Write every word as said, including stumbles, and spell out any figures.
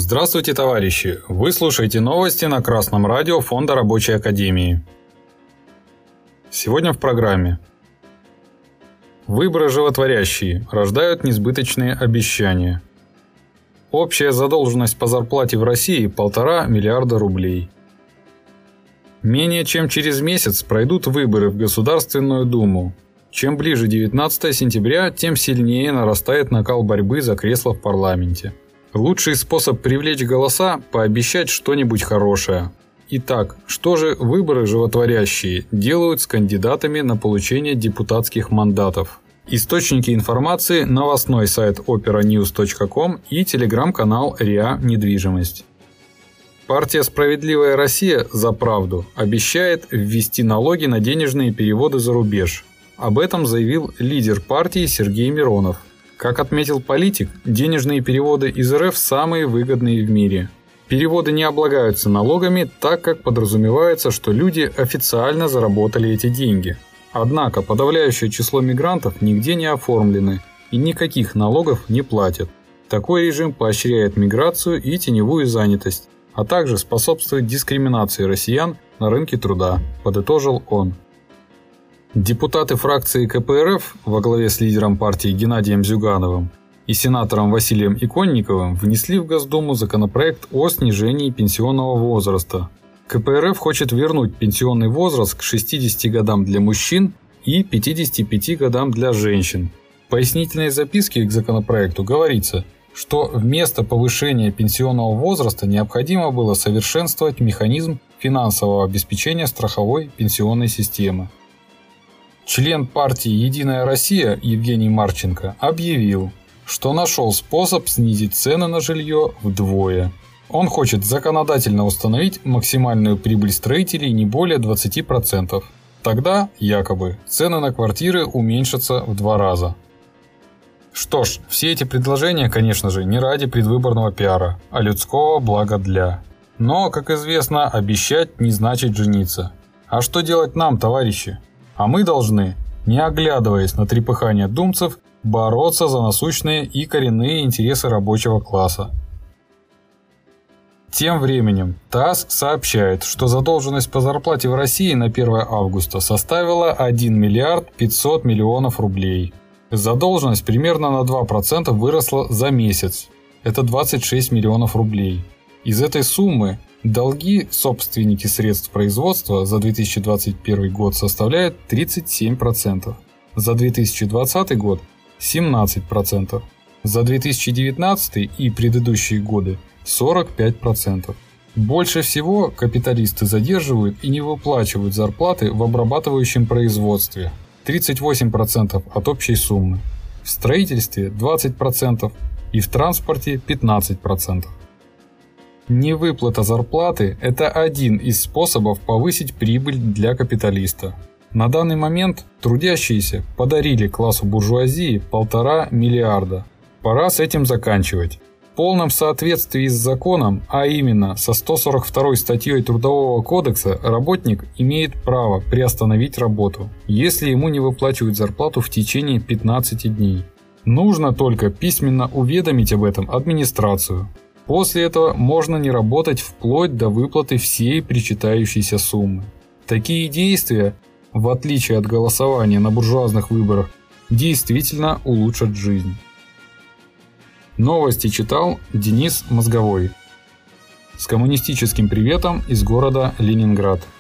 Здравствуйте, товарищи! Вы слушаете новости на Красном радио Фонда Рабочей Академии. Сегодня в программе. Выборы животворящие рождают несбыточные обещания. Общая задолженность по зарплате в России – полтора миллиарда рублей. Менее чем через месяц пройдут выборы в Государственную Думу. Чем ближе девятнадцатое сентября, тем сильнее нарастает накал борьбы за кресло в парламенте. Лучший способ привлечь голоса – пообещать что-нибудь хорошее. Итак, что же выборы животворящие делают с кандидатами на получение депутатских мандатов? Источники информации – новостной сайт опера ньюс точка ком и телеграм-канал РИА Недвижимость. Партия «Справедливая Россия» за правду обещает ввести налоги на денежные переводы за рубеж. Об этом заявил лидер партии Сергей Миронов. Как отметил политик, денежные переводы из РФ самые выгодные в мире. Переводы не облагаются налогами, так как подразумевается, что люди официально заработали эти деньги. Однако подавляющее число мигрантов нигде не оформлены и никаких налогов не платят. Такой режим поощряет миграцию и теневую занятость, а также способствует дискриминации россиян на рынке труда, подытожил он. Депутаты фракции ка пэ эр эф во главе с лидером партии Геннадием Зюгановым и сенатором Василием Иконниковым внесли в Госдуму законопроект о снижении пенсионного возраста. ка пэ эр эф хочет вернуть пенсионный возраст к шестидесяти годам для мужчин и пятидесяти пяти годам для женщин. В пояснительной записке к законопроекту говорится, что вместо повышения пенсионного возраста необходимо было совершенствовать механизм финансового обеспечения страховой пенсионной системы. Член партии «Единая Россия» Евгений Марченко объявил, что нашел способ снизить цены на жилье вдвое. Он хочет законодательно установить максимальную прибыль строителей не более двадцати процентов. Тогда, якобы, цены на квартиры уменьшатся в два раза. Что ж, все эти предложения, конечно же, не ради предвыборного пиара, а людского блага для. Но, как известно, обещать не значит жениться. А что делать нам, товарищи? А мы должны, не оглядываясь на трепыхание думцев, бороться за насущные и коренные интересы рабочего класса. Тем временем ТАСС сообщает, что задолженность по зарплате в России на первое августа составила один миллиард пятьсот миллионов рублей. Задолженность примерно на два процента выросла за месяц. Это двадцать шесть миллионов рублей. Из этой суммы долги собственники средств производства за две тысячи двадцать первый год составляют тридцать семь процентов, за две тысячи двадцатый год – семнадцать процентов, за две тысячи девятнадцатый и предыдущие годы – сорок пять процентов. Больше всего капиталисты задерживают и не выплачивают зарплаты в обрабатывающем производстве – тридцать восемь процентов от общей суммы, в строительстве – двадцать процентов и в транспорте – пятнадцать процентов. Невыплата зарплаты – это один из способов повысить прибыль для капиталиста. На данный момент трудящиеся подарили классу буржуазии полтора миллиарда. Пора с этим заканчивать. В полном соответствии с законом, а именно со сто сорок второй статьей Трудового кодекса, работник имеет право приостановить работу, если ему не выплачивают зарплату в течение пятнадцати дней. Нужно только письменно уведомить об этом администрацию. После этого можно не работать вплоть до выплаты всей причитающейся суммы. Такие действия, в отличие от голосования на буржуазных выборах, действительно улучшат жизнь. Новости читал Денис Мозговой. С коммунистическим приветом из города Ленинград.